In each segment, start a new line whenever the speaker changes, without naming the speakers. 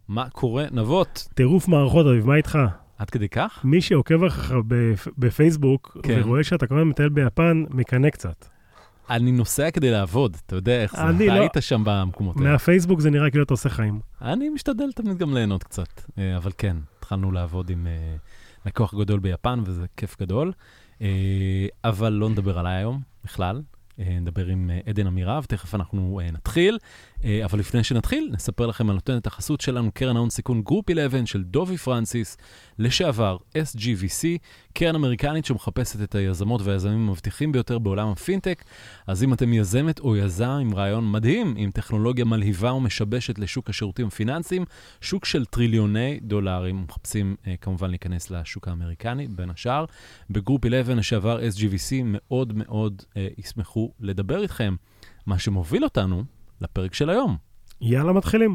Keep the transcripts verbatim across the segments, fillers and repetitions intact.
מה קורה? נבות.
טירוף מערכות, אביב, מה איתך?
עד כדי כך?
מי שעוקב אחריך בפייסבוק,
כן.
ורואה שאתה כבר מטייל ביפן, מקנה קצת.
אני נוסע כדי לעבוד, אתה יודע איך זה. אתה
לא...
היית שם במקומות האלה.
מהפייסבוק זה נראה כאילו אתה עושה חיים.
אני משתדל תמיד גם ליהנות קצת, אבל כן, התחלנו לעבוד עם לקוח גדול ביפן, וזה כיף גדול. אבל לא נדבר עליי היום בכלל. נדבר עם עדן אמירב, תכף אנחנו נתחיל, אבל לפני שנתחיל, נספר לכם על נותנת החסות שלנו, קרן ההון סיכון גרופ אחת עשרה של דובי פרנסיס, לשעבר אס ג'י וי סי, קרן אמריקנית שמחפשת את היזמות והיזמים המבטיחים ביותר בעולם הפינטק. אז אם אתם יזמת או יזם עם רעיון מדהים, עם טכנולוגיה מלהיבה ומשבשת לשוק השירותים הפיננסיים, שוק של טריליוני דולרים, מחפשים כמובן להיכנס לשוק האמריקני, בין השאר, בגרופ אחת עשרה לשעבר אס ג'י וי סי מאוד מאוד ישמחו לדבר איתכם, מה שמוביל אותנו לפרק של היום.
יאללה, מתחילים.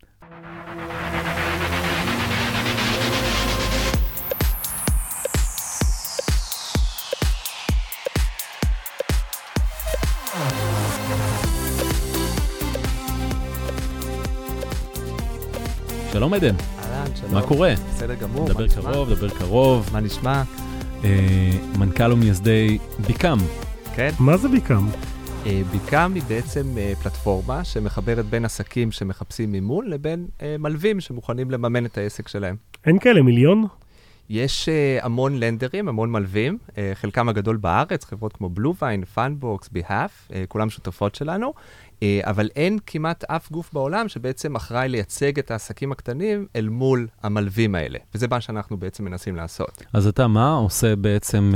שלום עדן.
אהלן, שלום.
מה קורה?
בסדר גמור.
דבר קרוב, דבר קרוב.
מה נשמע?
אה, מנכ"ל ומייסדי ביקם.
כן.
מה זה ביקם?
ביקם היא בעצם פלטפורמה שמחברת בין עסקים שמחפשים מימון לבין מלווים שמוכנים לממן את העסק שלהם.
אין כאלה מיליון?
יש המון לנדרים, המון מלווים, חלקם הגדול בארץ, חברות כמו בלוביין, פאנבוקס, ביהאף, כולם שותפות שלנו, אבל אין כמעט אף גוף בעולם שבעצם אחראי לייצג את העסקים הקטנים אל מול המלווים האלה. וזה מה שאנחנו בעצם מנסים לעשות.
אז אתה מה עושה בעצם...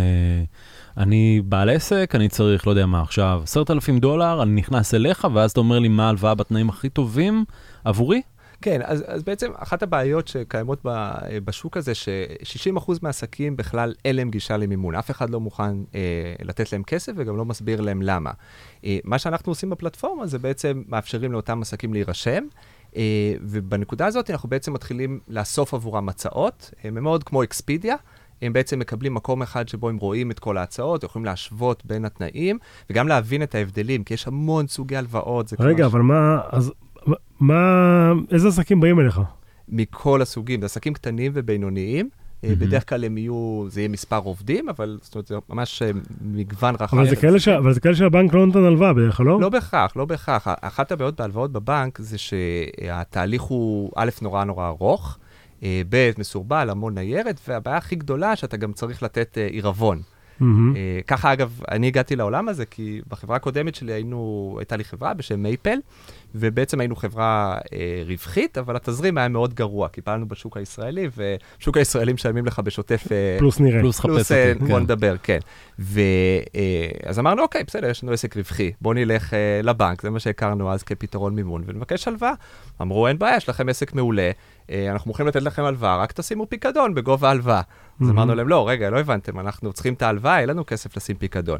אני בעל עסק, אני צריך, לא יודע מה עכשיו, עשרת אלפים דולר, אני נכנס אליך, ואז אתה אומר לי מה הלוואה בתנאים הכי טובים עבורי?
כן, אז, אז בעצם אחת הבעיות שקיימות ב, בשוק הזה, ש-שישים אחוז מהעסקים בכלל אין להם גישה למימון. אף אחד לא מוכן אה, לתת להם כסף וגם לא מסביר להם למה. אה, מה שאנחנו עושים בפלטפורמה זה בעצם מאפשרים לאותם עסקים להירשם, אה, ובנקודה הזאת אנחנו בעצם מתחילים לאסוף עבורם הצעות, הם מאוד כמו אקספידיה, הם בעצם מקבלים מקום אחד שבו הם רואים את כל ההצעות, יכולים להשוות בין התנאים, וגם להבין את ההבדלים, כי יש המון סוגי הלוואות.
רגע, אבל מה, אז, מה, איזה עסקים באים אליך?
מכל הסוגים, זה עסקים קטנים ובינוניים, mm-hmm. בדרך כלל הם יהיו, זה יהיה מספר עובדים, אבל זאת אומרת, זה ממש מגוון רחב.
אבל זה כאלה, ש... אבל זה כאלה שהבנק לא נותן הלוואה בדרך כלל, לא?
לא בהכרח, לא בהכרח. אחת הבעיות בהלוואות בבנק זה שהתהליך הוא א' נורא נורא ארוך, ב' מסורבל, המון ניירת, והבעיה הכי גדולה שאתה גם צריך לתת עירבון. Mm-hmm. ככה אגב, אני הגעתי לעולם הזה, כי בחברה הקודמת שלי היינו, הייתה לי חברה בשם מייפל, ובעצם היינו חברה אה, רווחית, אבל התזרים היה מאוד גרוע, כי פעלנו בשוק הישראלי, ושוק הישראלים משלמים לך בשוטף... אה,
פלוס נראה.
פלוס חפש
פלוס,
אותי.
בוא כן. נדבר, כן. ו, אה, אז אמרנו, אוקיי, בסדר, יש לנו עסק רווחי, בוא נלך אה, לבנק, זה מה שהכרנו אז כפתרון מימון, ונבקש הלוואה. אמרו, אין בעיה, יש לכם עסק מעולה, אה, אנחנו מוכנים לתת לכם הלוואה, רק תשימו פיקדון בגובה הלוואה. אז אמרנו להם, לא, רגע, לא הבנתם, אנחנו צריכים את ההלוואה, אין לנו כסף לשים פיקדון.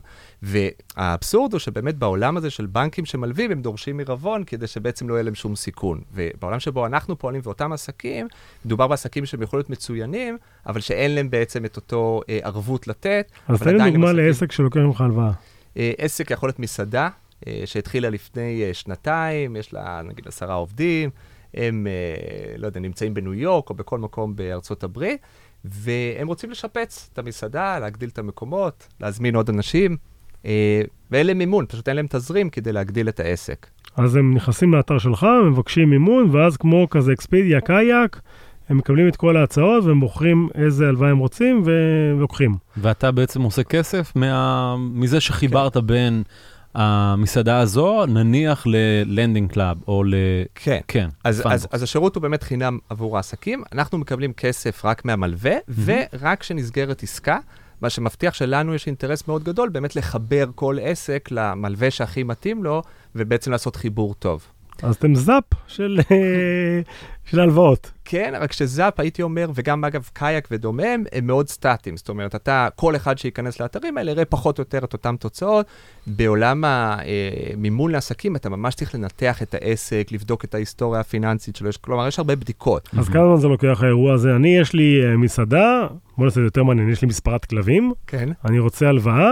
והאבסורד הוא שבאמת בעולם הזה של בנקים שמלווים, הם דורשים עירבון כדי שבעצם לא יהיה להם שום סיכון. ובעולם שבו אנחנו פועלים ואותם עסקים, מדובר בעסקים שהם יכולים להיות מצוינים, אבל שאין להם בעצם את אותו אה, ערבות לתת.
אז תן לי דוגמה לעסק שלוקח ממך הלוואה.
אה, עסק יכול להיות מסעדה, אה, שהתחילה לפני אה, שנתיים, יש לה נגיד עשרה עובדים, הם, אה, לא יודע, נמצאים בניו יורק או בכל מקום בארצות הברית, והם רוצים לשפץ את המסעדה, להגדיל את המקומות, להזמין עוד אנשים, אה, ואין להם מימון, פשוט אין להם תזרים כדי להגדיל את העסק.
אז הם נכנסים לאתר שלך, הם מבקשים מימון, ואז כמו כזה אקספידיה, קייק, הם מקבלים את כל ההצעות, והם בוחרים איזה הלוואה הם רוצים, ולוקחים.
ואתה בעצם עושה כסף מה... מזה שחיברת כן. בין המסעדה הזו, נניח ללנדינג קלאב, או ל...
כן. כן. אז, אז, אז השירות הוא באמת חינם עבור העסקים. אנחנו מקבלים כסף רק מהמלווה, mm-hmm. ורק שנסגרת עסקה, מה שמבטיח שלנו יש אינטרס מאוד גדול, באמת לחבר כל עסק למלווה שהכי מתאים לו, ובעצם לעשות חיבור טוב.
אז אתם זאפ של, של הלוואות.
כן, רק שזאפ, הייתי אומר, וגם אגב קייק ודומם, הם מאוד סטטיים. זאת אומרת, אתה, כל אחד שייכנס לאתרים האלה, יראה פחות או יותר את אותם תוצאות. בעולם המימון לעסקים, אתה ממש צריך לנתח את העסק, לבדוק את ההיסטוריה הפיננסית שלו. כלומר, יש הרבה בדיקות.
אז כמה זמן זה לוקח האירוע הזה? אני, יש לי מסעדה, בוא נעשה יותר מעניין, יש לי מספרת כלבים. כן. אני רוצה הלוואה.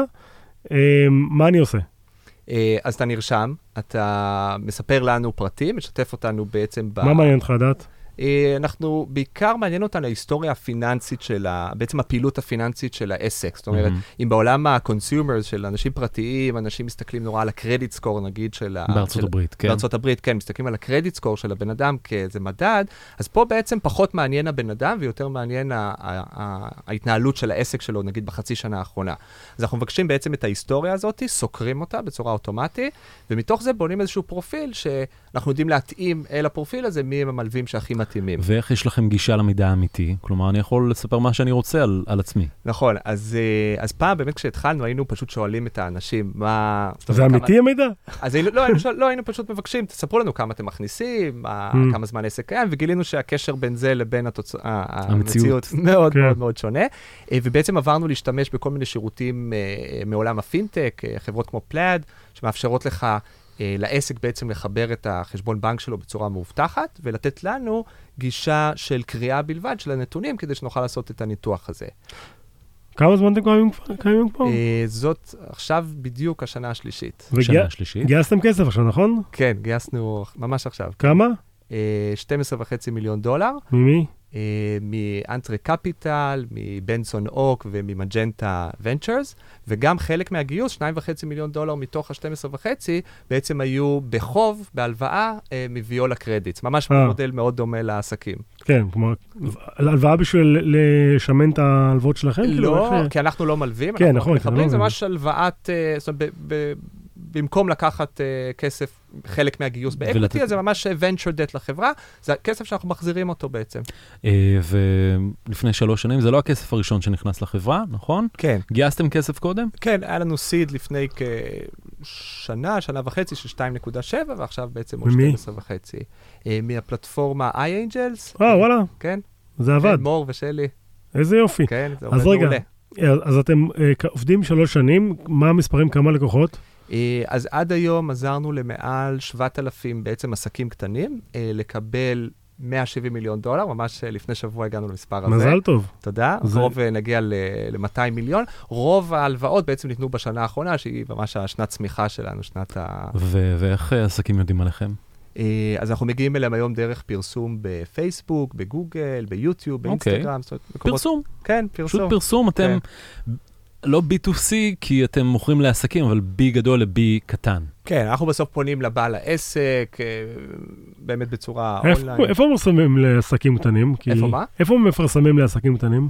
מה אני עושה?
אז אתה נרשם, אתה מספר לנו פרטים, משתף אותנו בעצם ב...
מה מעניין אותך לדעת?
אנחנו, בעיקר מעניין אותנו ההיסטוריה הפיננסית של, ה, בעצם הפעילות הפיננסית של העסק. זאת אומרת, mm-hmm. אם בעולם ה-consumers של אנשים פרטיים, אנשים מסתכלים נורא על הקרדיט סקור, נגיד, של...
בארצות
של,
הברית, כן.
בארצות הברית, כן, מסתכלים על הקרדיט סקור של הבן אדם כאיזה מדד, אז פה בעצם פחות מעניין הבן אדם, ויותר מעניין ה, ה, ה, ההתנהלות של העסק שלו, נגיד, בחצי שנה האחרונה. אז אנחנו מבקשים בעצם את ההיסטוריה הזאת, סוקרים אותה בצורה אוטומטית, ומתוך זה בונים איזשהו פרופיל שאנחנו יודעים להתאים אל הפרופיל הזה, מי הם המלווים שהכי מתאימים.
ואיך יש לכם גישה למידע האמיתי? כלומר, אני יכול לספר מה שאני רוצה על, על עצמי.
נכון, אז, אז פעם באמת כשהתחלנו, היינו פשוט שואלים את האנשים, מה...
זה אמיתי המידע?
אז היינו, לא, היינו, לא, היינו פשוט מבקשים, תספרו לנו כמה אתם מכניסים, מה, mm. כמה זמן עסק קיים, וגילינו שהקשר בין זה לבין התוצ... המציאות מאוד כן. מאוד מאוד שונה, ובעצם עברנו להשתמש בכל מיני שירותים מעולם הפינטק, חברות כמו פלאד, שמאפשרות לך לעסק בעצם לחבר את החשבון בנק שלו בצורה מאובטחת, ולתת לנו גישה של קריאה בלבד של הנתונים, כדי שנוכל לעשות את הניתוח הזה.
כמה זמן אתם קיימים פה?
זאת עכשיו בדיוק השנה השלישית.
השנה השלישית?
גייסתם כסף עכשיו, נכון?
כן, גייסנו ממש עכשיו.
כמה?
שתים עשרה וחצי מיליון דולר.
ממי?
מאנטרי קפיטל, מבנסון אוק וממג'נטה ונצ'רס, וגם חלק מהגיוס, שניים וחצי מיליון דולר מתוך ה-שתים עשרה וחצי, בעצם היו בחוב, בהלוואה, מוויולה קרדיטס. ממש מודל מאוד דומה לעסקים.
כן, כלומר, הלוואה בשביל לשמן את ההלוואות שלכם?
לא, כי אנחנו לא מלווים, אנחנו מחברים, זה ממש הלוואת, זאת אומרת, במקום לקחת כסף, חלק מהגיוס באקוויטי, אז זה ממש venture debt לחברה, זה הכסף שאנחנו מחזירים אותו בעצם.
ולפני שלוש שנים, זה לא הכסף הראשון שנכנס לחברה, נכון?
כן.
גייסתם כסף קודם?
כן, היה לנו סיד לפני כשנה, שנה וחצי של שתיים נקודה שבע, ועכשיו בעצם עוד שתים עשרה וחצי. מהפלטפורמה iAngels.
אה, וואלה.
כן.
זה עבד.
מור ושלי.
איזה יופי.
כן, זה עובד מעולה.
אז אתם עובדים שלוש שנים, מה המספרים, כמה לקוחות?
אז עד היום עזרנו למעל שבעת אלפים בעצם עסקים קטנים, לקבל מאה ושבעים מיליון דולר, ממש לפני שבוע הגענו למספר הזה.
מזל טוב.
תודה. זה... רוב נגיע ל-מאתיים מיליון. רוב ההלוואות בעצם ניתנו בשנה האחרונה, שהיא ממש השנת צמיחה שלנו, שנת ה...
ו- ואיך עסקים יודעים עליכם?
אז אנחנו מגיעים אליהם היום דרך פרסום בפייסבוק, בגוגל, ביוטיוב, באינסטגרם.
Okay. פרסום.
כן, פרסום.
פשוט פרסום, אתם... Okay. לא בי טו סי, כי אתם מוכרים לעסקים, אבל בי גדול לבי קטן.
כן, אנחנו בסוף פונים לבעל העסק, באמת בצורה אונליין.
איפה מפרסמים לעסקים קטנים?
איפה מה?
איפה מפרסמים לעסקים קטנים?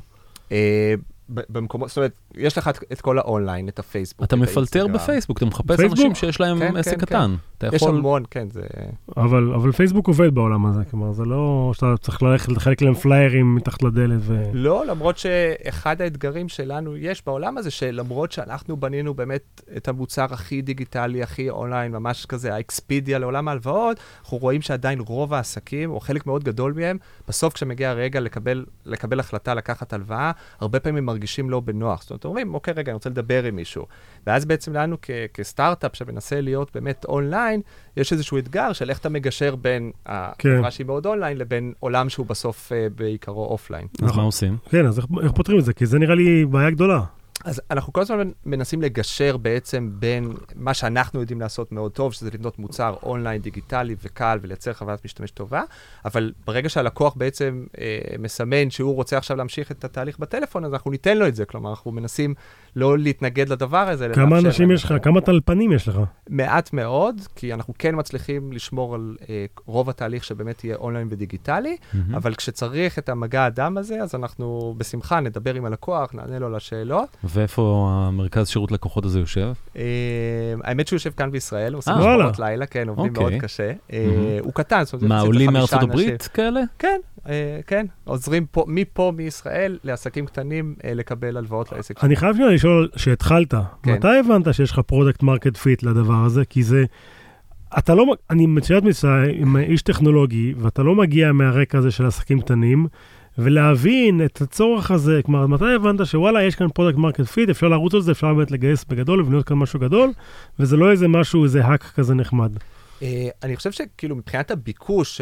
במקומות, זאת אומרת, יש לך את כל האונליין, את הפייסבוק.
אתה מפלטר בפייסבוק, אתה מחפש אנשים שיש להם עסק קטן.
יש המון, כן, זה...
אבל פייסבוק עובד בעולם הזה, כלומר, זה לא שאתה צריך ללכת לחלק להם פליירים מתחת לדלת ו...
לא, למרות שאחד האתגרים שלנו יש בעולם הזה, שלמרות שאנחנו בנינו באמת את המוצר הכי דיגיטלי, הכי אונליין, ממש כזה, האקספידיה לעולם ההלוואות, אנחנו רואים שעדיין רוב העסקים, או חלק מאוד גדול מהם, בסוף כשמגיע הרגע לקבל, לקבל החלטה לקחת הלוואה, הרבה פעמים מרגישים לא בנוח. זאת אומרת, אומרים, אוקיי, רגע, אני רוצה לדבר עם מישהו. ואז בעצם לנו כ- כסטארט-אפ שמנסה להיות באמת אונליין, יש איזשהו אתגר של איך אתה מגשר בין החברה שהיא מאוד אונליין, לבין עולם שהוא בסוף בעיקרו אופליין.
אז מה עושים?
כן, אז איך פותרים את זה? כי זה נראה לי בעיה גדולה.
אז אנחנו כל הזמן מנסים לגשר בעצם בין מה שאנחנו יודעים לעשות מאוד טוב, שזה לבנות מוצר אונליין, דיגיטלי וקל, ולייצר חוויית משתמש טובה, אבל ברגע שהלקוח בעצם אה, מסמן שהוא רוצה עכשיו להמשיך את התהליך בטלפון, אז אנחנו ניתן לו את זה, כלומר, אנחנו מנסים לא להתנגד לדבר הזה.
כמה אנשים יש לך? כמה טלפנים יש לך?
מעט מאוד, כי אנחנו כן מצליחים לשמור על אה, רוב התהליך שבאמת יהיה אונליין ודיגיטלי, mm-hmm. אבל כשצריך את המגע האדם הזה, אז אנחנו בשמחה נדבר עם הלקוח, נענה לו לשאלות.
ואיפה המרכז שירות לקוחות הזה יושב?
אה, האמת שהוא יושב כאן בישראל, עושים משמרות לילה, כן, עובדים מאוד קשה. אה, הוא קטן, זאת אומרת,
מה, עולים מארצות הברית כאלה?
כן, אה, כן. עוזרים פה, מפה מישראל לעסקים קטנים אה, לקבל הלוואות לעסק.
אני חייב לשאול שהתחלת, כן. מתי הבנת שיש לך פרודקט מרקט פיט לדבר הזה? כי זה, אתה לא, אני מצויית מצויה עם איש טכנולוגי, ואתה לא מגיע מהרקע הזה של עסקים קטנים, ולהבין את הצורך הזה, כלומר, מתי הבנת שוואלה, יש כאן פרודקט מרקט פיט, אפשר לרוץ על זה, אפשר באמת לגייס בגדול, לבנות כאן משהו גדול, וזה לא איזה משהו, איזה האק כזה נחמד.
אני חושב שכאילו מבחינת הביקוש של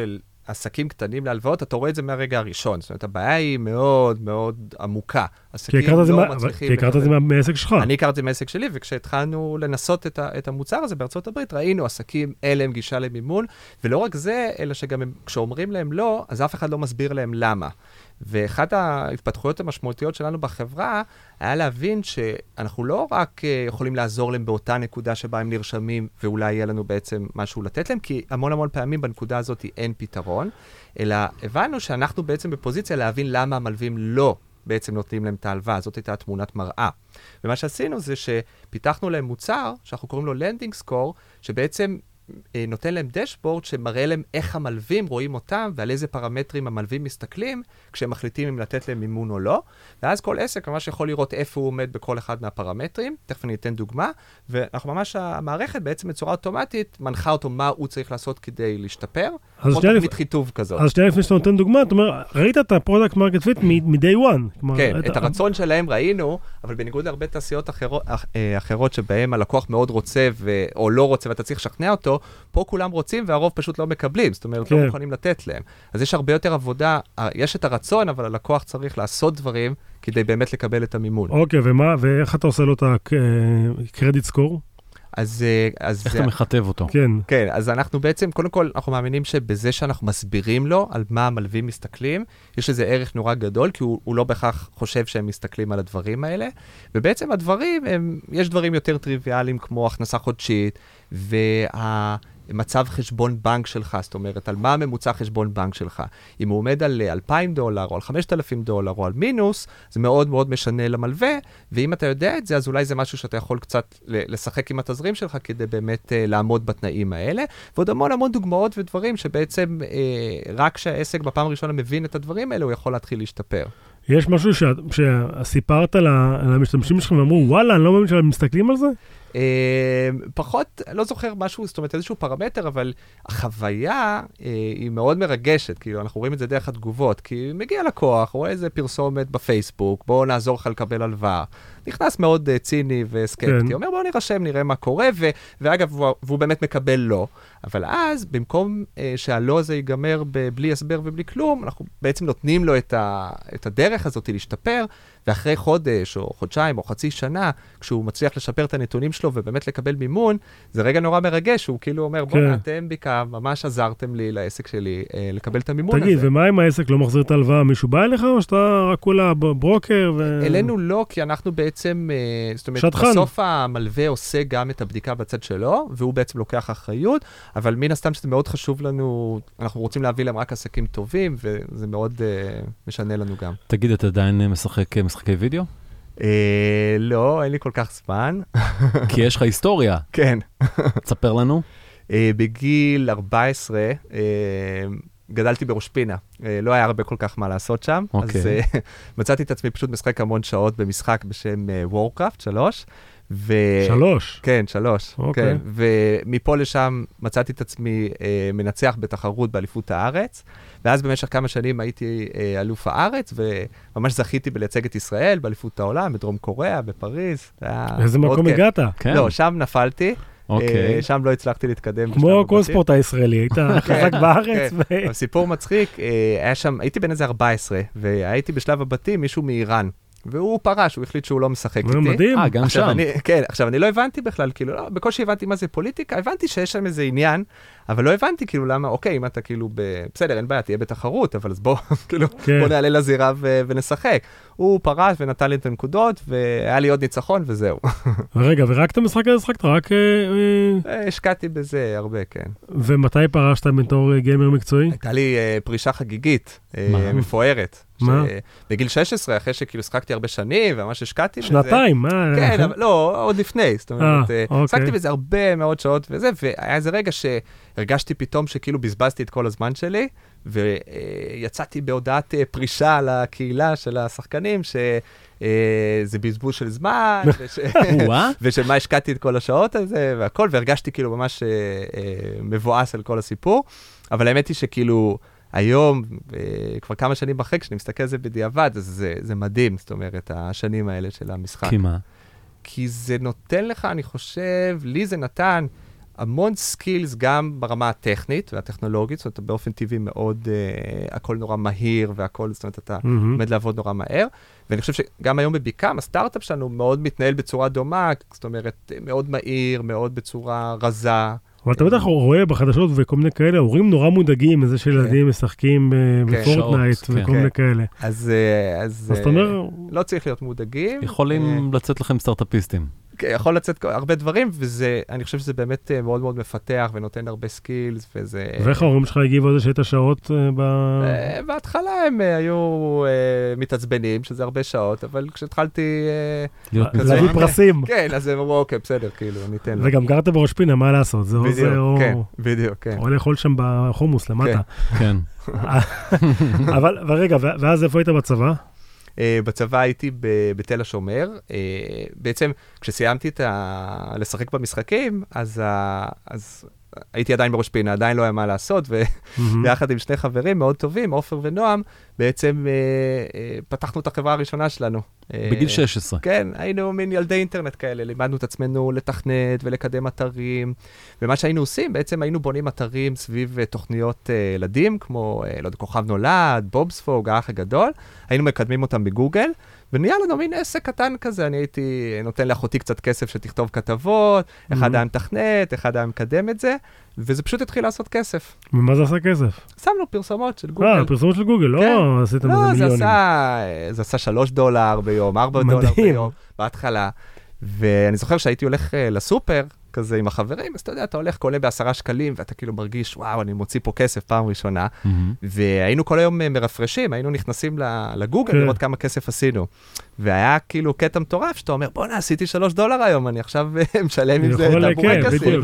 עסקים קטנים להלוואות, אתה רואה את זה מהרגע הראשון. זאת אומרת, הבעיה היא מאוד מאוד עמוקה. עסקים לא מצליחים...
כי הכרת את זה מעסק שלך.
אני הכרתי את זה מעסק שלי, וכשהתחלנו לנסות את, ה, את המוצר הזה בארצות הברית, ראינו עסקים, אלה הם גישה למימון, ולא רק זה, אלא שגם הם, כשאומרים להם לא, אז אף אחד לא מסביר להם למה. ואחת ההתפתחויות המשמעותיות שלנו בחברה, היה להבין שאנחנו לא רק יכולים לעזור להם באותה נקודה שבה הם נרשמים, ואולי יהיה לנו בעצם משהו לתת להם, כי המון המון פעמים בנקודה הזאת אין פתרון, אלא הבנו שאנחנו בעצם בפוזיציה להבין למה המלווים לא בעצם נותנים להם את ההלוואה. זאת הייתה תמונת מראה. ומה שעשינו זה שפיתחנו להם מוצר, שאנחנו קוראים לו לנדינג סקור, שבעצם נותן להם דשבורד שמראה להם איך המלווים רואים אותם ועל איזה פרמטרים המלווים מסתכלים כשהם מחליטים אם לתת להם מימון או לא. ואז כל עסק ממש יכול לראות איפה הוא עומד בכל אחד מהפרמטרים. תכף אני אתן דוגמה. ואנחנו ממש, המערכת בעצם בצורה אוטומטית מנחה אותו מה הוא צריך לעשות כדי להשתפר. אז שנייה לפ... כזאת.
אז שנייה לפני שאתה נותן דוגמה, אתה אומר, ראית את הפרודקט מרקט פיט מ-day one.
כן, את הרצון שלהם ראינו, אבל בניגוד להרבה תעשיות אחרות, אחרות שבהם הלקוח מאוד רוצה ו... או לא רוצה ואתה צריך לשכנע אותו, פה כולם רוצים והרוב פשוט לא מקבלים, זאת אומרת, כן. לא מוכנים לתת להם. אז יש הרבה יותר עבודה, יש את הרצון, אבל הלקוח צריך לעשות דברים כדי באמת לקבל את המימון.
אוקיי, ומה, ואיך אתה עושה לו את הקרדיט סקור?
אז, אז
איך זה... אתה מכתב אותו?
כן.
כן, אז אנחנו בעצם, קודם כל, אנחנו מאמינים שבזה שאנחנו מסבירים לו על מה המלווים מסתכלים, יש איזה ערך נורא גדול, כי הוא, הוא לא בכך חושב שהם מסתכלים על הדברים האלה, ובעצם הדברים, הם, יש דברים יותר טריוויאליים, כמו הכנסה חודשית, וה... מצב חשבון בנק שלך, זאת אומרת, על מה ממוצע חשבון בנק שלך. אם הוא עומד על אלפיים דולר, או על חמשת אלפים דולר, או על מינוס, זה מאוד מאוד משנה למלווה, ואם אתה יודע את זה, אז אולי זה משהו שאתה יכול קצת לשחק עם התזרים שלך, כדי באמת uh, לעמוד בתנאים האלה. ועוד המון המון דוגמאות ודברים, שבעצם uh, רק שהעסק בפעם הראשונה מבין את הדברים האלה, הוא יכול להתחיל להשתפר.
יש משהו שסיפרת למשתמשים שלכם, ואמרו, וואלה, אני לא מאמין שהם מסתכלים על זה?
פחות, לא זוכר משהו, זאת אומרת, איזשהו פרמטר, אבל החוויה היא מאוד מרגשת, כאילו, אנחנו רואים את זה דרך התגובות, כי מגיע לקוח, רואה איזה פרסומת בפייסבוק, בואו נעזור לך לקבל הלוואה. נכנס מאוד ציני וסקפטי, אומר, בואו נרשם, נראה מה קורה, ואגב, והוא באמת מקבל לא. אבל אז, במקום שהלא הזה ייגמר בלי הסבר ובלי כלום, אנחנו בעצם נותנים לו את הדרך הזאת להשתפר, ואחרי חודש או חודשיים או חצי שנה, כשהוא מצליח לשפר את הנתונים שלו ובאמת לקבל מימון, זה רגע נורא מרגש, הוא כאילו אומר, בוא נאתם ביקה, ממש עזרתם לי לעסק שלי לקבל את המימון הזה.
תגיד, ומה אם העסק לא מחזיר את ההלוואה? מישהו בא אליך או שאתה רק כולה ברוקר?
אלינו לא, כי אנחנו בעצם, זאת אומרת, בסוף המלווה עושה גם את הבדיקה בצד שלו, והוא בעצם לוקח אחריות, אבל מן הסתם שזה מאוד חשוב לנו, אנחנו רוצים להביא להם רק עסקים טובים, וזה מאוד משנה לנו גם.
תגיד, אתה עדיין משחק משחקי וידאו?
לא, אין לי כל כך זמן.
כי יש לך היסטוריה.
כן.
תספר לנו.
בגיל ארבע עשרה, גדלתי בראש פינה. לא היה הרבה כל כך מה לעשות שם. אז מצאתי את עצמי פשוט משחק המון שעות במשחק בשם וורקראפט שלוש. ו...
שלוש?
כן, שלוש.
Okay.
כן. ומפה לשם מצאתי את עצמי אה, מנצח בתחרות באליפות הארץ, ואז במשך כמה שנים הייתי אה, אלוף הארץ, וממש זכיתי בלייצג את ישראל, באליפות העולם, בדרום קוריאה, בפריז.
איזה מקום הגעת?
כן. לא, שם נפלתי.
אוקיי.
שם לא הצלחתי להתקדם.
כמו כל ספורט הישראלי, היית חזק בארץ.
סיפור מצחיק, היה שם, הייתי בן איזה ארבע עשרה, והייתי בשלב הבתים מישהו מאיראן. והוא פרש, הוא החליט שהוא לא משחק איתי.
מדהים.
אה, גם שם.
כן, עכשיו אני לא הבנתי בכלל, כאילו, לא, בקושי הבנתי מה זה פוליטיקה, הבנתי שיש שם איזה עניין, אבל לא הבנתי כאילו למה, אוקיי, אם אתה כאילו, בסדר, אין בעיה, תהיה בתחרות, אבל אז בוא, כאילו, בוא נעלה לזירה ונשחק. הוא פרש ונתן לי את הנקודות, והיה לי עוד ניצחון וזהו.
רגע, ורק את המשחק הזה שחקת? רק...
השקעתי בזה הרבה, כן.
ומתי פרשת בתור גיימר מקצועי?
הייתה לי פרישה חגיגית, מפוארת.
מה?
בגיל שש עשרה, אחרי שכאילו שחקתי הרבה שנים, וממש השקעתי בזה.
שנתיים, מה?
כן, אבל לא, עוד לפני. זאת אומרת, שחקתי בזה הרבה מאוד שעות וזה, והיה איזה רגע שהרגשתי פתאום שכאילו בזבזתי את כל הזמן שלי, ויצאתי בהודעת פרישה לקהילה של השחקנים, שזה בזבוז של זמן, ושמה השקעתי את כל השעות הזה, והכל, והרגשתי כאילו ממש מבואס על כל הסיפור. אבל האמת היא שכאילו... היום, כבר כמה שנים אחרי, כשאני מסתכל על זה בדיעבד, אז זה, זה מדהים, זאת אומרת, השנים האלה של המשחק.
כי מה?
כי זה נותן לך, אני חושב, לי זה נתן המון סקילס גם ברמה הטכנית והטכנולוגית, זאת אומרת, באופן טבעי מאוד, uh, הכל נורא מהיר והכל, זאת אומרת, אתה mm-hmm. עומד לעבוד נורא מהר, ואני חושב שגם היום בביקם, הסטארט-אפ שלנו מאוד מתנהל בצורה דומה, זאת אומרת, מאוד מהיר, מאוד בצורה רזה.
אבל אתה בטח רואה בחדשות וכל מיני כאלה, הורים נורא מודאגים מזה שילדים משחקים בפורטנייט וכל מיני כאלה.
אז
אתה אומר...
לא צריך להיות מודאגים.
יכולים לצאת לכם סטארט-אפיסטים.
יכול לצאת הרבה דברים, וזה, אני חושב שזה באמת מאוד מאוד מפתח ונותן הרבה סקילס, וזה...
ואיך ההורים שלך הגיבו על זה שהיית שעות ב...
בהתחלה הם היו מתעצבנים, שזה הרבה שעות, אבל כשהתחלתי...
להביא פרסים.
כן, אז הם אמרו, אוקיי, בסדר, כאילו, ניתן לו.
וגם גרת בראש פינה, מה לעשות? זה
בדיוק, כן, בדיוק, כן.
או לאכול שם בחומוס למטה.
כן.
אבל רגע, ואז איפה היית בצבא?
Uh, בצבא הייתי בתל השומר, uh, בעצם כשסיימתי את ה... לשחק במשחקים, אז, uh, אז הייתי עדיין בראש פינה, עדיין לא היה מה לעשות, וביחד עם שני חברים מאוד טובים, עופר ונועם, בעצם uh, uh, פתחנו את החברה הראשונה שלנו.
בגיל שש עשרה.
כן, היינו מין ילדי אינטרנט כאלה, לימדנו את עצמנו לתכנת ולקדם אתרים, ומה שהיינו עושים, בעצם היינו בונים אתרים סביב uh, תוכניות uh, ילדים, כמו, uh, לא יודע, כוכב נולד, בובספוג, האח הגדול, היינו מקדמים אותם בגוגל, ונהיה לנו מין עסק קטן כזה, אני הייתי נותן לאחותי קצת כסף שתכתוב כתבות, אחד היה מתכנת, אחד היה מקדם את זה, וזה פשוט התחיל לעשות כסף.
ומה זה עשה כסף?
שמנו פרסומות של גוגל.
אה, פרסומות של גוגל, לא עשיתם איזה מיליונים.
לא, זה עשה שלוש דולר ביום, ארבע דולר ביום, בהתחלה. ואני זוכר שהייתי הולך לסופר, כזה עם החברים, אז אתה יודע, אתה הולך, קונה בעשרה שקלים, ואתה כאילו מרגיש, וואו, אני מוציא פה כסף פעם ראשונה. והיינו כל היום מרפרשים, היינו נכנסים לגוגל לראות כמה כסף עשינו. והיה כאילו קטע מטורף, שאתה אומר, בוא נה, עשיתי שלוש דולר היום, אני עכשיו משלם עם זה את הבורקסים.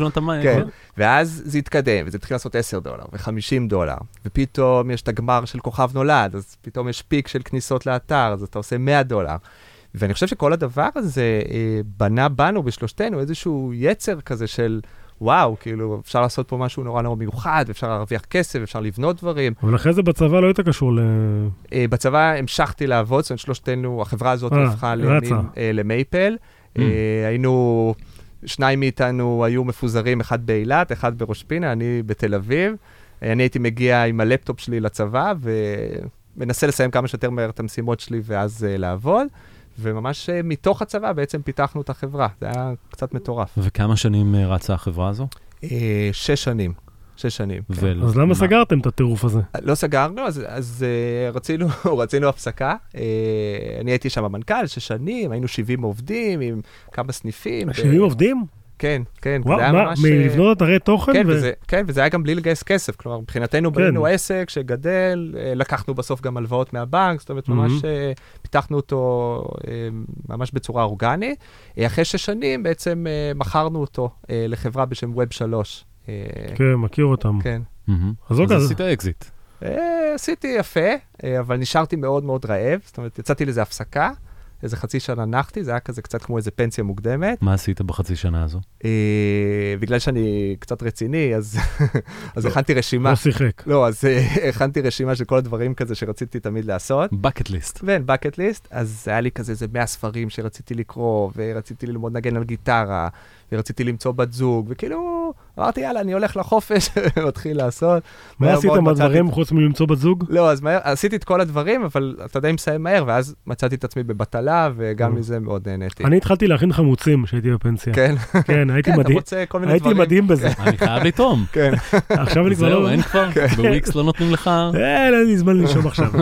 ואז זה התקדם, וזה התחיל לעשות עשר דולר וחמישים דולר, ופתאום יש את הגמר של כוכב נולד, אז פתאום יש פיק של כניסות לאתר, אז אתה עושה מאה דולר. ואני חושב שכל הדבר הזה אה, בנה בנו בשלושתנו איזשהו יצר כזה של, וואו, כאילו, אפשר לעשות פה משהו נורא נורא מיוחד, אפשר להרוויח כסף, אפשר לבנות דברים.
אבל אחרי זה בצבא לא היית קשור ל...
אה, בצבא המשכתי לעבוד, זאת אומרת, שלושתנו, החברה הזאת אה, הפכה לימים, אה, למייפל. Mm. אה, היינו, שניים מאיתנו היו מפוזרים, אחד באילת, אחד בראש פינה, אני בתל אביב. אה, אני הייתי מגיע עם הלפטופ שלי לצבא, ומנסה לסיים כמה שיותר מהר את המשימות שלי, ואז אה, לעבוד. וממש מתוך הצבא בעצם פיתחנו את החברה. זה היה קצת מטורף.
וכמה שנים רצה החברה הזו?
שש שנים. שש שנים.
אז למה סגרתם את הטירוף הזה?
לא סגרנו, אז רצינו הפסקה. אני הייתי שם המנכ"ל, שש שנים, היינו שבעים עובדים עם כמה סניפים.
שבעים עובדים?
כן, כן.
וואו, מה, מלבנות אתרי תוכן?
כן, וזה, כן, וזה היה גם בלי לגייס כסף. כלומר, מבחינתנו בנינו עסק שגדל, לקחנו בסוף גם הלוואות מהבנק, זאת אומרת, ממש פיתחנו אותו ממש בצורה אורגנית. אחרי שש שנים בעצם מכרנו אותו לחברה בשם ווב שלוש.
כן, מכיר אותם.
כן.
אז עשית אקזיט.
עשיתי יפה, אבל נשארתי מאוד מאוד רעב. זאת אומרת, יצאתי לזה הפסקה. איזה חצי שנה נחתי, זה היה כזה קצת כמו איזה פנסיה מוקדמת.
מה עשית בחצי שנה הזו?
בגלל שאני קצת רציני, אז הכנתי רשימה.
לא שיחק.
לא, אז הכנתי רשימה של כל הדברים כזה שרציתי תמיד לעשות.
bucket list.
כן, bucket list. אז היה לי כזה איזה מאה ספרים שרציתי לקרוא, ורציתי ללמוד נגן על גיטרה, ורציתי למצוא בת זוג, וכאילו, אמרתי, יאללה, אני הולך לחופש, ומתחיל לעשות.
מה עשיתם בדברים חוץ מלמצוא בת זוג?
לא, אז עשיתי את כל הדברים, אבל אתה יודע אם מסיים מהר, ואז מצאתי את עצמי בבטלה, וגם מזה מאוד נהניתי.
אני התחלתי להכין חמוצים כשהייתי בפנסיה.
כן.
כן, הייתי מדהים. הייתי מדהים בזה.
אני חייב לתרום.
כן.
עכשיו אני כבר לא...
זהו, אין כבר? בוויקס לא נותנים לך?
אין, אין לי זמן לנשום עכשיו.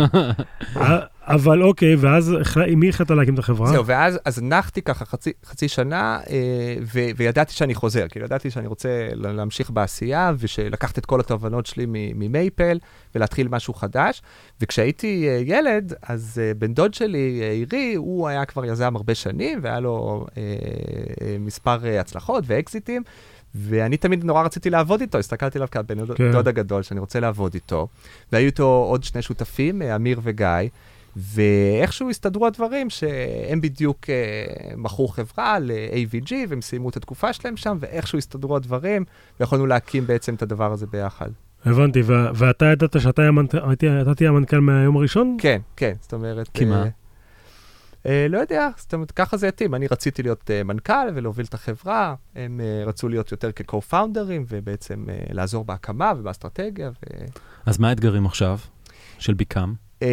אבל אוקיי, ואז מי החלטה להקים את החברה?
זהו, ואז אז נחתי ככה חצי, חצי שנה, ו, וידעתי שאני חוזר, כאילו ידעתי שאני רוצה להמשיך בעשייה, ושלקחת את כל התובנות שלי ממייפל, ולהתחיל משהו חדש. וכשהייתי ילד, אז בן דוד שלי, עירי, הוא היה כבר יזם הרבה שנים, והיה לו אה, מספר הצלחות ואקזיטים, ואני תמיד נורא רציתי לעבוד איתו, הסתכלתי עליו כבן כן. דוד הגדול, שאני רוצה לעבוד איתו, והיו איתו עוד שני שותפים, אמיר וגיא, ואיכשהו הסתדרו הדברים שהם בדיוק uh, מכרו חברה ל-A V G, והם סיימו את התקופה שלהם שם, ואיכשהו הסתדרו הדברים, ויכולנו להקים בעצם את הדבר הזה ביחד.
הבנתי, ו- ואתה ידעת שאתה תהיה המנכ"ל מהיום הראשון?
כן, כן, זאת אומרת...
כי מה?
לא יודע, זאת אומרת, ככה זה יתאים. אני רציתי להיות מנכ"ל ולהוביל את החברה, הם רצו להיות יותר כ-co-founder'ים, ובעצם לעזור בהקמה ובאסטרטגיה.
אז מה האתגרים עכשיו של ביקאם?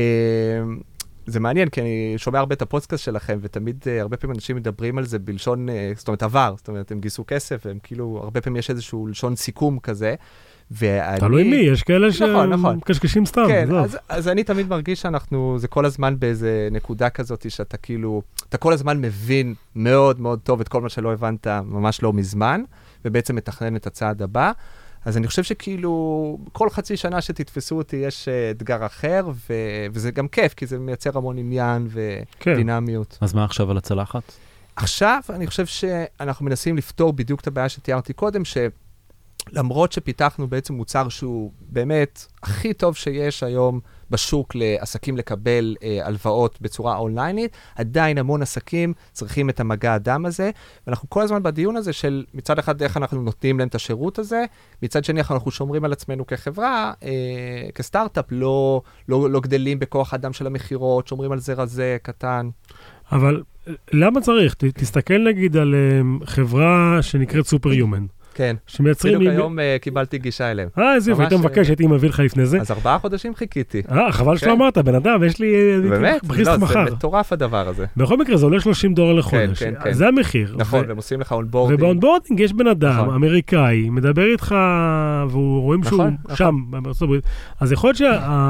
זה מעניין, כי אני שומע הרבה את הפודקאסט שלכם, ותמיד הרבה פעמים אנשים מדברים על זה בלשון, זאת אומרת, עבר, זאת אומרת, הם גיסו כסף, והם כאילו, הרבה פעמים יש איזשהו לשון סיכום כזה, ואני...
תלוי מי, יש כאלה שקשקשים סתם.
כן, אז, אז אני תמיד מרגיש שאנחנו, זה כל הזמן באיזה נקודה כזאת, שאתה כאילו, אתה כל הזמן מבין מאוד מאוד טוב את כל מה שלא הבנת ממש לא מזמן, ובעצם מתכנן את הצעד הבא. אז אני חושב שכאילו, כל חצי שנה שתתפסו אותי, יש אתגר אחר, ו... וזה גם כיף, כי זה מייצר המון עניין ודינמיות.
אז מה עכשיו על הצלחת?
עכשיו, אני חושב שאנחנו מנסים לפתור בדיוק את הבעיה שתיארתי קודם, שלמרות שפיתחנו בעצם מוצר שהוא באמת הכי טוב שיש היום בשוק לעסקים לקבל אה, הלוואות בצורה אונליינית, עדיין המון עסקים צריכים את המגע האדם הזה, ואנחנו כל הזמן בדיון הזה של מצד אחד איך אנחנו נותנים להם את השירות הזה, מצד שני אנחנו שומרים על עצמנו כחברה, אה, כסטארט-אפ, לא, לא, לא גדלים בכוח האדם של המחירות, שומרים על זה רזה, קטן.
אבל למה צריך? ת, תסתכל נגיד על um, חברה שנקראת סופר-יומן.
כן,
שמייצרים...
בדיוק היום uh, קיבלתי גישה אליהם.
אה, איזה יופי, היית מבקש, הייתי מביא לך לפני זה.
אז ארבעה חודשים חיכיתי.
אה, חבל שלא אמרת, בן אדם, יש לי...
באמת? לא, זה מטורף הדבר הזה.
בכל מקרה, זה עולה שלושים דולר לחודש.
כן, כן.
זה המחיר.
נכון, והם עושים לך אונבורדינג.
ובאונבורדינג יש בן אדם, אמריקאי, מדבר איתך, והוא רואים שהוא שם, בארצות הברית. אז יכול להיות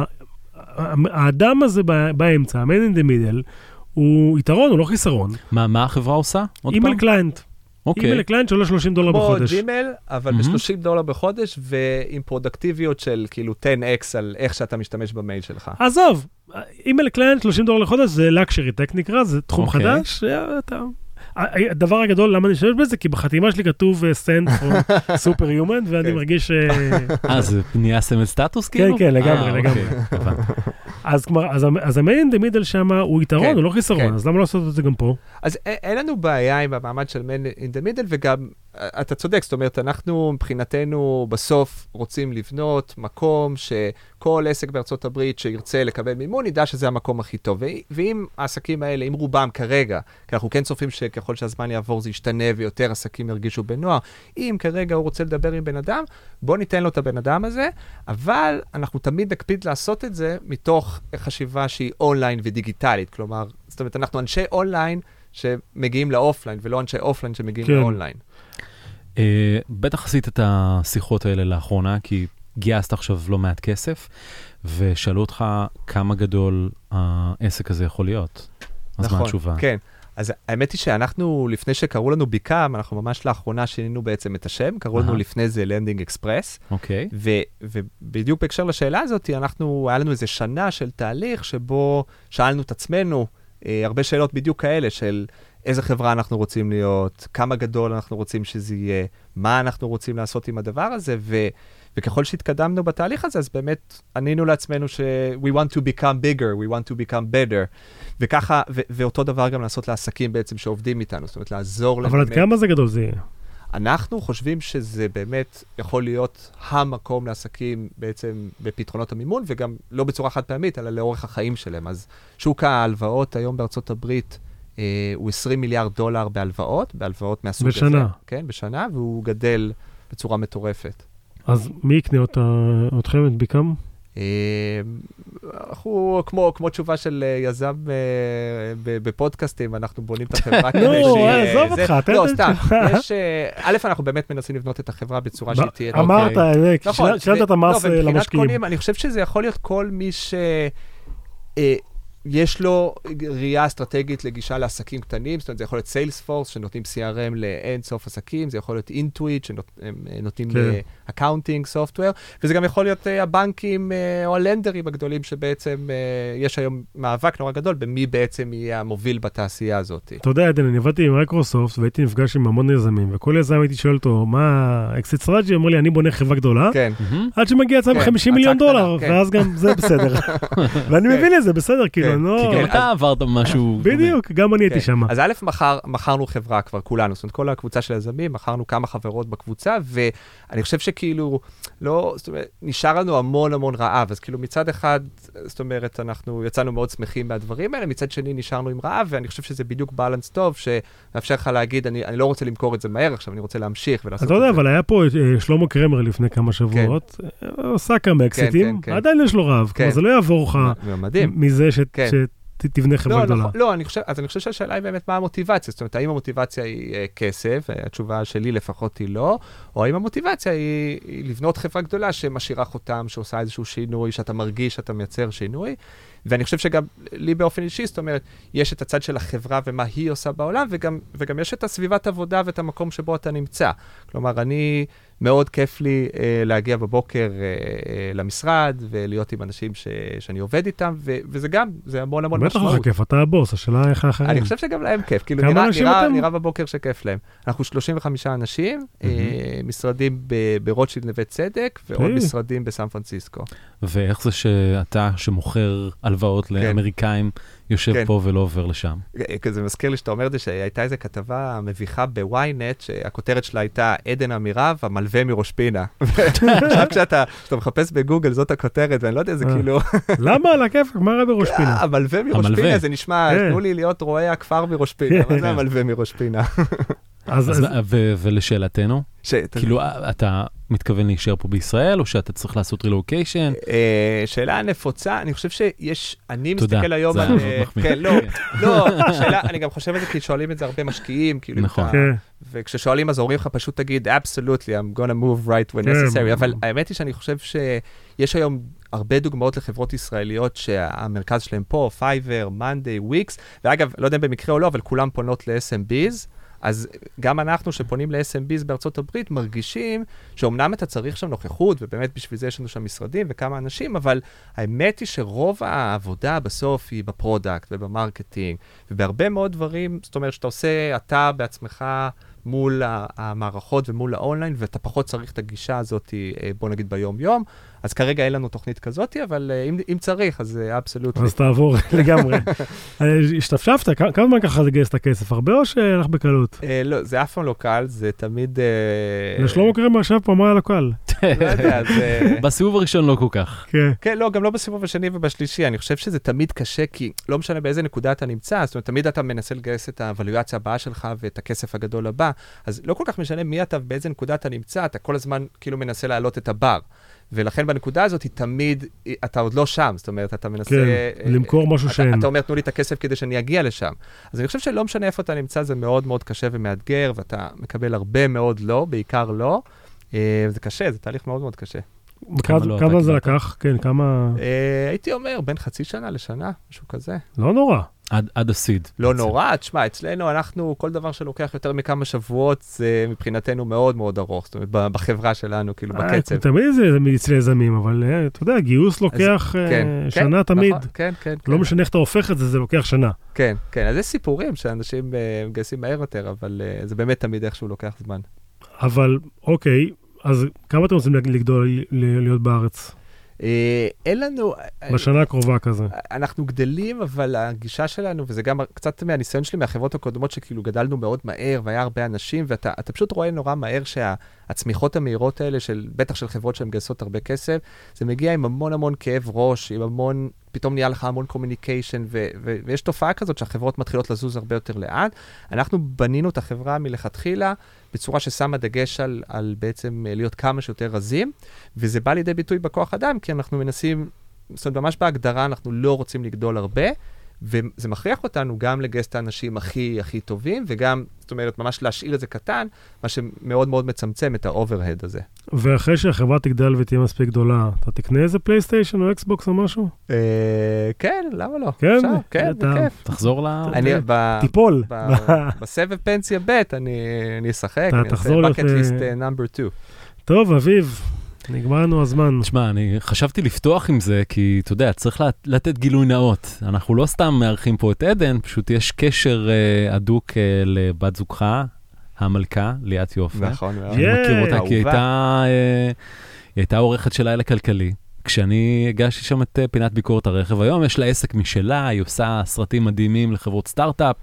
שהאדם הזה באמצע, ה-man in the middle, הוא יתרון, הוא לא חיסרון.
מה, מה החברה עושה?
אימייל קליינט. אימייל קליינט שעולה שלושים דולר בחודש.
כמו ג'ימייל, אבל ב-שלושים דולר בחודש, ועם פרודקטיביות של כאילו עשר אקס על איך שאתה משתמש במייל שלך.
עזוב, אימייל קליינט שלושים דולר לחודש, זה לקשרי טק נקרא, זה תחום חדש. הדבר הגדול, למה אני חושב בזה? כי בחתימה שלי כתוב send from superhuman, ואני מרגיש...
אה, זה נהיה סמל סטטוס כאילו?
כן, כן, לגמרי, לגמרי. אז כלומר, אז ה-man in the middle שם הוא יתרון, הוא לא חיסרון, אז למה לא לעשות את זה גם פה?
אז אין לנו בעיה עם המעמד של man in the middle, וגם, אתה צודק, זאת אומרת, אנחנו מבחינתנו בסוף רוצים לבנות מקום שכל עסק בארצות הברית שירצה לקבל מימון, ידע שזה המקום הכי טוב. ואם העסקים האלה, אם רובם כרגע, כי אנחנו כן צופים שככל שהזמן יעבור זה ישתנה ויותר עסקים ירגישו בנוער, אם כרגע הוא רוצה לדבר עם בן אדם, בוא ניתן לו את הבן אדם הזה, אבל אנחנו תמיד נקפיד לעשות את זה מתוך חשיבה שהיא אונליין ודיגיטלית. כלומר, זאת אומרת, אנחנו אנשי אונליין שמגיעים לאופליין, ולא אנשי אופליין שמגיעים לאונליין.
בטח עשית את השיחות האלה לאחרונה, כי גייסת עכשיו לא מעט כסף, ושאלו אותך כמה גדול העסק הזה יכול להיות. אז מה התשובה?
כן. אז האמת היא שאנחנו, לפני שקראו לנו ביקאם, אנחנו ממש לאחרונה שינינו בעצם את השם, קראו לנו לפני זה לנדינג אקספרס.
אוקיי.
ובדיוק בהקשר לשאלה הזאת, אנחנו, היה לנו איזה שנה של תהליך שבו שאלנו את עצמנו, הרבה שאלות בדיוק כאלה של איזה חברה אנחנו רוצים להיות, כמה גדול אנחנו רוצים שזה יהיה, מה אנחנו רוצים לעשות עם הדבר הזה, ו, וככל שהתקדמנו בתהליך הזה, אז באמת ענינו לעצמנו ש- we want to become bigger, we want to become better, וככה, ו- ואותו דבר גם לעשות לעסקים בעצם שעובדים איתנו, זאת אומרת, לעזור להם.
אבל עד כמה זה גדול זה יהיה?
אנחנו חושבים שזה באמת יכול להיות המקום לעסקים בעצם בפתרונות המימון, וגם לא בצורה חד פעמית, אלא לאורך החיים שלהם. אז שוק ההלוואות היום בארצות הברית אה, הוא עשרים מיליארד דולר בהלוואות, בהלוואות מהסוג הזה.
בשנה.
כן, בשנה, והוא גדל בצורה מטורפת.
אז מי יקנה אותה, אתכם, את ביקאם?
אנחנו, כמו, כמו תשובה של יזם בפודקאסטים, אנחנו בונים את החברה כדי
שיהיה... לא, עזוב אותך, תן...
לא, סתם. יש... א', אנחנו באמת מנסים לבנות את החברה בצורה שהיא תהיה...
אמרת, שאלת את המס למשקיעים.
אני חושב שזה יכול להיות כל מי ש... יש לו ראייה אסטרטגית לגישה לעסקים קטנים, זאת אומרת, זה יכול להיות סיילספורס, שנותנים סי אר אם לאין סוף עסקים, זה יכול להיות אינטואיט, שנותנים אקאונטינג, סופטוור, וזה גם יכול להיות הבנקים או הלנדרים הגדולים, שבעצם יש היום מאבק נורא גדול, במי בעצם יהיה המוביל בתעשייה הזאת.
אתה יודע, עדן, אני עבדתי עם מייקרוסופט, והייתי נפגש עם המון יזמים, וכל יזם הייתי שואל אותו, מה, אקסיט סטרטג'י, אמר לי, אני בונה חברה גדולה, עד שמגיע הצעה ב-חמישים מיליון דולר, ואז גם זה בסדר. ואני מבין את זה, בסדר, כאילו, נו.
כי גם אתה עברת משהו...
בדיוק, גם אני הייתי שם.
אז א', מכרנו חברה כבר כולנו, זאת אומרת, כל הקבוצה של היזמים, מכרנו כמה חברות בקבוצה, ואני חושב שכאילו, לא, זאת אומרת, נשאר לנו המון המון רעב, אז כאילו מצד אחד, זאת אומרת, אנחנו יצאנו מאוד שמחים מהדברים האלה, מצד שני נשארנו עם רעב, ואני חושב שזה בדיוק בלנס טוב, שמאפשר לך להגיד, אני, אני לא רוצה למכור את זה מהר עכשיו, אני רוצה להמשיך ולעשות את זה.
אתה יודע, אבל היה פה שלמה קרמר לפני כמה שבועות, עושה כמה אקזיטים, עדיין יש לו רעב, כלומר זה לא יעבור לך מזה שתבנה חברה גדולה.
לא, אני חושב, אז אני חושב שהשאלה היא באמת מה המוטיבציה, זאת אומרת, האם המוטיבציה היא כסף, התשובה שלי לפחות היא לא, או האם המוטיבציה היא לבנות חברה גדולה שמשאירה חותם, שעושה איזשהו שינוי, שאתה מרגיש שאתה מייצר שינוי, ואני חושב שגם לי באופן אישי, זאת אומרת, יש את הצד של החברה ומה היא עושה בעולם, וגם, וגם יש את הסביבת עבודה ואת המקום שבו אתה נמצא. כלומר, אני, מאוד כיף לי אה, להגיע בבוקר אה, למשרד, ולהיות עם אנשים ש, שאני עובד איתם, ו, וזה גם, זה המון המון משמעות.
בטח לך כיף, אתה הבוס, השאלה איך האחרים.
אני חושב שגם להם כיף, כאילו נראה, נראה, נראה בבוקר שכיף להם. אנחנו שלושים וחמישה אנשים, mm-hmm. אה, משרדים ב- ברוטשילד נווה צדק, ועוד hey. משרדים בסן פרנסיסקו.
ואיך זה שאתה שמוכר הלוואות לאמריקאים, יושב כן. פה ולא עובר לשם.
זה מזכיר לי שאתה אומר את זה, שהייתה איזו כתבה מביכה בוויינט, שהכותרת שלה הייתה עדן אמירב, המלווה מראש פינה. עכשיו כשאתה מחפש בגוגל, זאת הכותרת, ואני לא יודע, זה כאילו...
למה על הכיף? מה רע בראש פינה?
המלווה מראש פינה, זה נשמע, תנו לי להיות רואי הכפר מראש פינה. מה זה המלווה מראש פינה?
ולשאלתנו? כאילו, אתה מתכוון להישאר פה בישראל, או שאתה צריך לעשות רילוקיישן?
שאלה נפוצה, אני חושב שיש, אני מסתכל היום...
תודה, זה היה מחמיא.
כן, לא, לא, שאלה, אני גם חושב את זה, כי שואלים את זה הרבה משקיעים, כאילו,
נכון.
וכששואלים אז אומרים לך, פשוט תגיד, absolutely, I'm gonna move right when necessary, אבל האמת היא שאני חושב שיש היום הרבה דוגמאות לחברות ישראליות שהמרכז שלהם פה, Fiverr, Monday, Wix, ואגב, לא יודע במקרה או לא, אבל כולם פונות ל-אס אם ביז, אז גם אנחנו שפונים ל-אס אם ביז בארצות הברית מרגישים שאומנם אתה צריך שם נוכחות, ובאמת בשביל זה יש לנו שם משרדים וכמה אנשים, אבל האמת היא שרוב העבודה בסוף היא בפרודקט ובמרקטינג, ובהרבה מאוד דברים, זאת אומרת שאתה עושה אתה בעצמך מול המערכות ומול האונליין, ואתה פחות צריך את הגישה הזאת, בוא נגיד ביום-יום, אז כרגע אין לנו תוכנית כזאת, אבל אם, אם צריך, אז אבסולוטלי.
אז תעבור לגמרי. השתפשפת, כמה זמן ככה לגייס את הכסף? הרבה או שהלך בקלות?
לא, זה אף פעם לא קל, זה תמיד...
לשלמה קרמר עכשיו פה אמר על הקל.
לא יודע, זה...
בסיבוב הראשון לא כל כך.
כן, לא, גם לא בסיבוב השני ובשלישי. אני חושב שזה תמיד קשה, כי לא משנה באיזה נקודה אתה נמצא, זאת אומרת, תמיד אתה מנסה לגייס את האבלואציה הבאה שלך ואת הכסף הגדול הבא, אז לא כל כך משנה מי אתה ובאיזה נקודה אתה נמצא, אתה כל הזמן כאילו מנסה להעלות את הבר. ולכן בנקודה הזאת היא תמיד, אתה עוד לא שם, זאת אומרת, אתה מנסה...
כן, למכור משהו שאין.
אתה אומר, תנו לי את הכסף כדי שאני אגיע לשם. אז אני חושב שלא משנה איפה אתה נמצא, זה מאוד מאוד קשה ומאתגר, ואתה מקבל הרבה מאוד לא, בעיקר לא. זה קשה, זה תהליך מאוד מאוד קשה.
כמה זה לקח? כן, כמה...
הייתי אומר, בין חצי שנה לשנה, משהו כזה.
לא נורא.
עד, עד הסיד.
לא נורא, תשמע, אצלנו אנחנו, כל דבר שלוקח יותר מכמה שבועות, זה מבחינתנו מאוד מאוד ארוך, זאת אומרת, בחברה שלנו, כאילו, בקצב.
תמיד זה אצל יזמים, אבל אתה יודע, גיוס לוקח שנה תמיד.
כן, כן.
לא משנה איך אתה הופך את זה, זה לוקח שנה.
כן, כן, אז יש סיפורים שאנשים מגייסים מהר יותר, אבל זה באמת תמיד איכשהו לוקח זמן.
אבל, אוקיי, אז כמה אתם רוצים לגדול, להיות בארץ?
אין לנו...
בשנה הקרובה כזה.
אנחנו גדלים, אבל הגישה שלנו, וזה גם קצת מהניסיון שלי מהחברות הקודמות, שכאילו גדלנו מאוד מהר, והיה הרבה אנשים, ואתה פשוט רואה נורא מהר שהצמיחות המהירות האלה, בטח של חברות שהן גייסות הרבה כסף, זה מגיע עם המון המון כאב ראש, עם המון... פתאום נהיה לך המון קומיוניקיישן, ו- ו- ויש תופעה כזאת שהחברות מתחילות לזוז הרבה יותר לאט. אנחנו בנינו את החברה מלכתחילה, בצורה ששמה דגש על, על בעצם להיות כמה שיותר רזים, וזה בא לידי ביטוי בכוח אדם, כי אנחנו מנסים, זאת אומרת, ממש בהגדרה אנחנו לא רוצים לגדול הרבה, וזה מכריח אותנו גם לגייס את האנשים הכי, הכי טובים, וגם, זאת אומרת, ממש להשאיר את זה קטן, מה שמאוד מאוד מצמצם את האוברהד הזה.
ואחרי שהחברה תגדל ותהיה מספיק גדולה, אתה תקנה איזה פלייסטיישן או אקסבוקס או משהו?
כן, למה לא?
כן?
כן, בכיף.
תחזור ל...
טיפול.
בסבב פנסיה ב' אני אשחק, אני אעשה bucket list number two.
טוב, אביב. נגמרנו הזמן.
תשמע, אני חשבתי לפתוח עם זה, כי אתה יודע, צריך לתת גילוי נאות. אנחנו לא סתם מארחים פה את עדן, פשוט יש קשר הדוק לבת זוגך, המלכה, ליאת יופי.
נכון.
אני מכיר אותה, כי היא הייתה עורכת של לילה כלכלי. כשאני הגשתי שם את פינת ביקורת הרכב. היום יש לה עסק משלה, היא עושה סרטים מדהימים לחברות סטארט-אפ.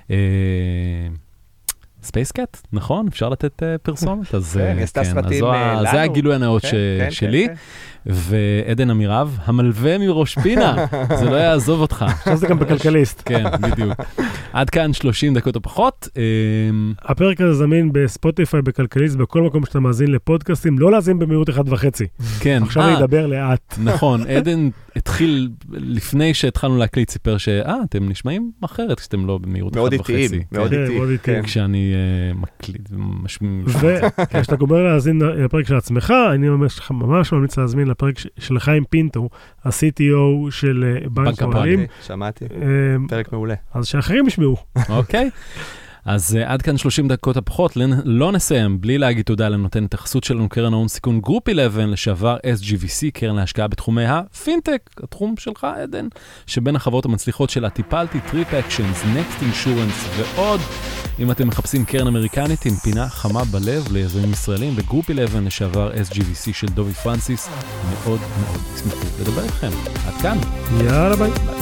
ספייסקאט, נכון? אפשר לתת פרסומת? אז זה הגילוי הנאות שלי. ועדן אמירב, המלווה מראש פינה, זה לא יעזוב אותך.
עכשיו זה גם בכלכליסט.
כן, בדיוק. עד כאן שלושים דקות או פחות.
הפרק הזה זמין בספוטיפיי, בכלכליסט, בכל מקום שאתה מאזין לפודקאסטים, לא להאזין במהירות אחד וחצי.
כן.
עכשיו אני אדבר לאט.
נכון, עדן התחיל, לפני שהתחלנו להקליט, סיפר שאה, אתם נשמעים אחרת כשאתם לא במהירות אחד וחצי.
מאוד איטיים, מאוד איטיים.
כשאני מקליט ומשמיע.
וכשאתה גומר להאזין לפרק של עצמך, אני ממש ממליץ להזמין לפרק של חיים פינטו, ה-סי טי או של בנק הפועלים.
שמעתי, פרק מעולה.
אז שאחרים ישמעו.
אוקיי. אז uh, עד כאן שלושים דקות הפחות, לא נסיים בלי להגיד תודה לנותן התייחסות שלנו, קרן ההון סיכון גרופ אחת עשר, לשעבר אס ג'י וי סי, קרן להשקעה בתחומי הפינטק, התחום שלך עדן, שבין החברות המצליחות שלה טיפלתי, טריפ אקשנס, נקסט אינשורנס ועוד. אם אתם מחפשים קרן אמריקנית עם פינה חמה בלב ליזמים ישראלים, בגרופ אחת עשר לשעבר אס ג'י וי סי של דובי פרנסיס, מאוד מאוד תשמחו לדבר איתכם. עד כאן.
יאללה ביי.